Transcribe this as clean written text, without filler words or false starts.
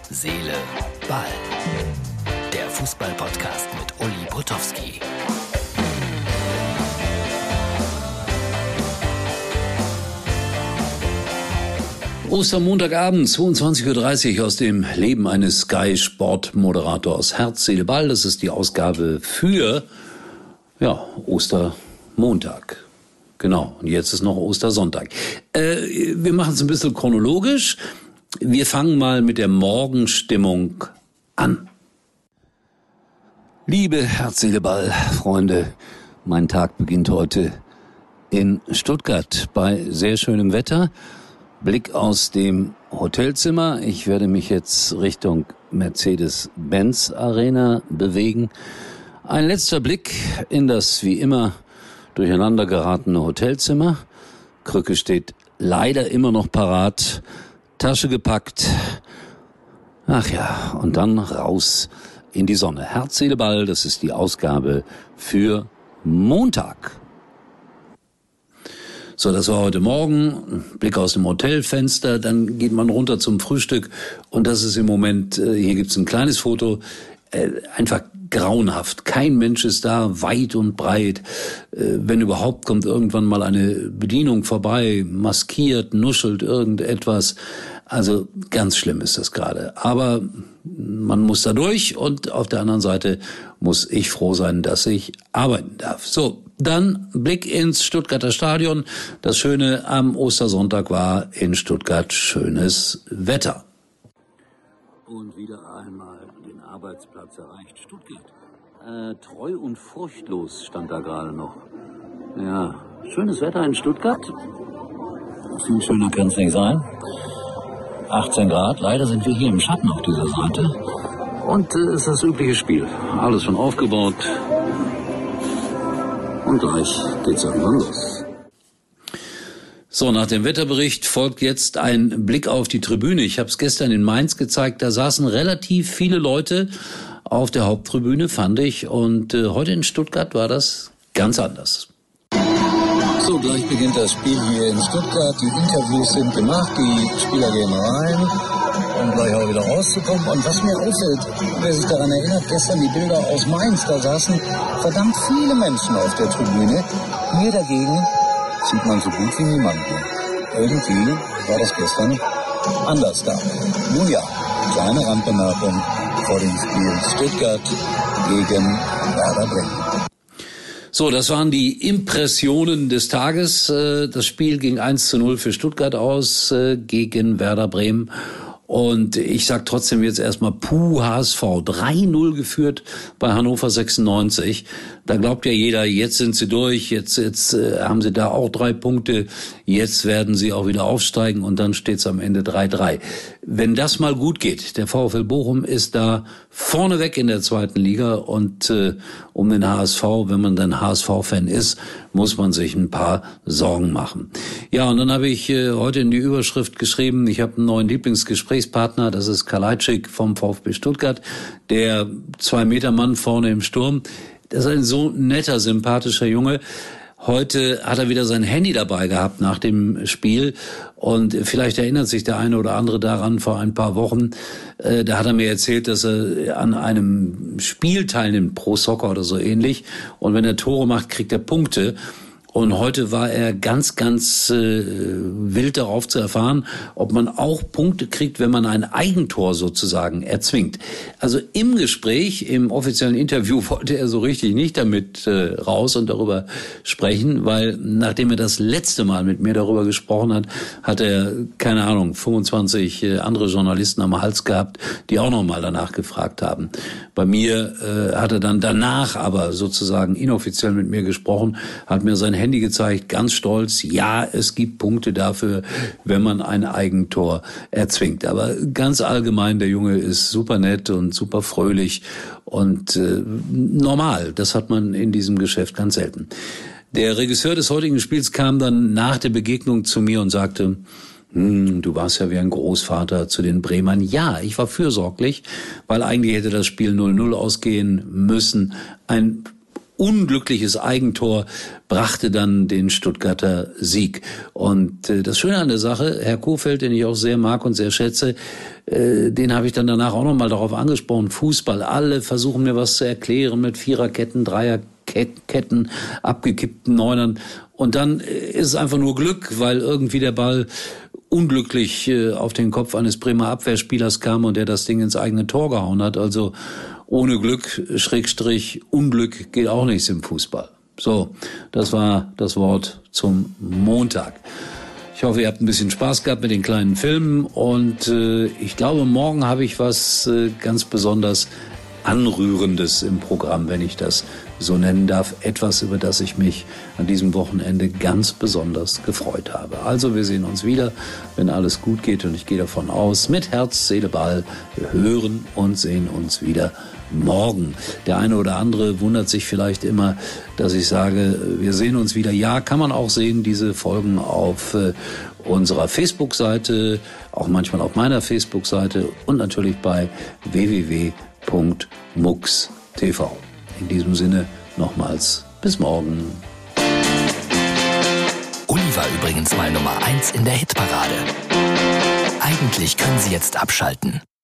Seele, Ball. Der Fußball-Podcast mit Uli Potowski. Ostermontagabend, 22:30 Uhr aus dem Leben eines Sky-Sport-Moderators. Herz, Seele, Ball, das ist die Ausgabe für, Ostermontag. Genau, und jetzt ist noch Ostersonntag. Wir machen es ein bisschen chronologisch. Wir fangen mal mit der Morgenstimmung an. Liebe Herz, Seele, Ball, Freunde, mein Tag beginnt heute in Stuttgart bei sehr schönem Wetter. Blick aus dem Hotelzimmer. Ich werde mich jetzt Richtung Mercedes-Benz Arena bewegen. Ein letzter Blick in das wie immer durcheinander geratene Hotelzimmer. Krücke steht leider immer noch parat. Tasche gepackt. Ach ja, und dann raus in die Sonne. Herz, Seele, Ball, das ist die Ausgabe für Montag. So, das war heute Morgen, Blick aus dem Hotelfenster, dann geht man runter zum Frühstück und das ist im Moment, hier gibt's ein kleines Foto, einfach grauenhaft. Kein Mensch ist da, weit und breit. Wenn überhaupt, kommt irgendwann mal eine Bedienung vorbei, maskiert, nuschelt irgendetwas. Also ganz schlimm ist das gerade. Aber man muss da durch und auf der anderen Seite muss ich froh sein, dass ich arbeiten darf. So, dann Blick ins Stuttgarter Stadion. Das Schöne am Ostersonntag war in Stuttgart schönes Wetter. Und wieder einmal den Arbeitsplatz erreicht. Stuttgart. Treu und furchtlos stand da gerade noch. Ja, schönes Wetter in Stuttgart. Viel schöner kann es nicht sein. 18 Grad. Leider sind wir hier im Schatten auf dieser Seite. Und ist das übliche Spiel. Alles schon aufgebaut. Und gleich geht's irgendwann los. So, nach dem Wetterbericht folgt jetzt ein Blick auf die Tribüne. Ich habe es gestern in Mainz gezeigt, da saßen relativ viele Leute auf der Haupttribüne, fand ich. Und heute in Stuttgart war das ganz anders. So, gleich beginnt das Spiel hier in Stuttgart. Die Interviews sind gemacht, die Spieler gehen rein, um gleich auch wieder rauszukommen. Und was mir auffällt, wer sich daran erinnert, gestern die Bilder aus Mainz, da saßen verdammt viele Menschen auf der Tribüne. Hier dagegen sieht man so gut wie niemanden. Irgendwie war das gestern anders da. Nun ja, kleine Randbemerkung vor dem Spiel Stuttgart gegen Werder Bremen. So, das waren die Impressionen des Tages. Das Spiel ging 1:0 für Stuttgart aus gegen Werder Bremen. Und ich sag trotzdem jetzt erstmal HSV 3:0 geführt bei Hannover 96. Da glaubt ja jeder, jetzt sind sie durch, jetzt haben sie da auch 3 Punkte, jetzt werden sie auch wieder aufsteigen und dann steht's am Ende 3:3. Wenn das mal gut geht, der VfL Bochum ist da vorneweg in der 2. Liga und um den HSV, wenn man dann HSV-Fan ist, muss man sich ein paar Sorgen machen. Ja, und dann habe ich heute in die Überschrift geschrieben, ich habe einen neuen Lieblingsgesprächspartner, das ist Kalajdzic vom VfB Stuttgart, der 2-Meter-Mann vorne im Sturm. Das ist ein so netter, sympathischer Junge. Heute hat er wieder sein Handy dabei gehabt nach dem Spiel und vielleicht erinnert sich der eine oder andere daran, vor ein paar Wochen, da hat er mir erzählt, dass er an einem Spiel teilnimmt, Pro Soccer oder so ähnlich, und wenn er Tore macht, kriegt er Punkte. Und heute war er ganz wild darauf zu erfahren, ob man auch Punkte kriegt, wenn man ein Eigentor sozusagen erzwingt. Also im Gespräch, im offiziellen Interview wollte er so richtig nicht damit raus und darüber sprechen, weil nachdem er das letzte Mal mit mir darüber gesprochen hat, hat er, 25 andere Journalisten am Hals gehabt, die auch nochmal danach gefragt haben. Bei mir hat er dann danach aber sozusagen inoffiziell mit mir gesprochen, hat mir sein Handy gezeigt, ganz stolz, ja, es gibt Punkte dafür, wenn man ein Eigentor erzwingt. Aber ganz allgemein, der Junge ist super nett und super fröhlich und normal. Das hat man in diesem Geschäft ganz selten. Der Regisseur des heutigen Spiels kam dann nach der Begegnung zu mir und sagte, du warst ja wie ein Großvater zu den Bremern. Ja, ich war fürsorglich, weil eigentlich hätte das Spiel 0:0 ausgehen müssen. Ein unglückliches Eigentor brachte dann den Stuttgarter Sieg. Und das Schöne an der Sache, Herr Kohfeldt, den ich auch sehr mag und sehr schätze, den habe ich dann danach auch nochmal darauf angesprochen. Fußball, alle versuchen mir was zu erklären mit Viererketten, Dreierketten, abgekippten Neunern. Und dann ist es einfach nur Glück, weil irgendwie der Ball unglücklich auf den Kopf eines Bremer Abwehrspielers kam und der das Ding ins eigene Tor gehauen hat. Also ohne Glück, Schrägstrich, Unglück geht auch nichts im Fußball. So, das war das Wort zum Montag. Ich hoffe, ihr habt ein bisschen Spaß gehabt mit den kleinen Filmen und ich glaube, morgen habe ich was ganz besonders Anrührendes im Programm, wenn ich das so nennen darf. Etwas, über das ich mich an diesem Wochenende ganz besonders gefreut habe. Also wir sehen uns wieder, wenn alles gut geht und ich gehe davon aus, mit Herz, Seele, Ball. Wir hören und sehen uns wieder morgen. Der eine oder andere wundert sich vielleicht immer, dass ich sage, wir sehen uns wieder. Ja, kann man auch sehen, diese Folgen auf unserer Facebook-Seite, auch manchmal auf meiner Facebook-Seite und natürlich bei www.mux.tv. In diesem Sinne nochmals bis morgen. Uli war übrigens mal Nummer 1 in der Hitparade. Eigentlich können Sie jetzt abschalten.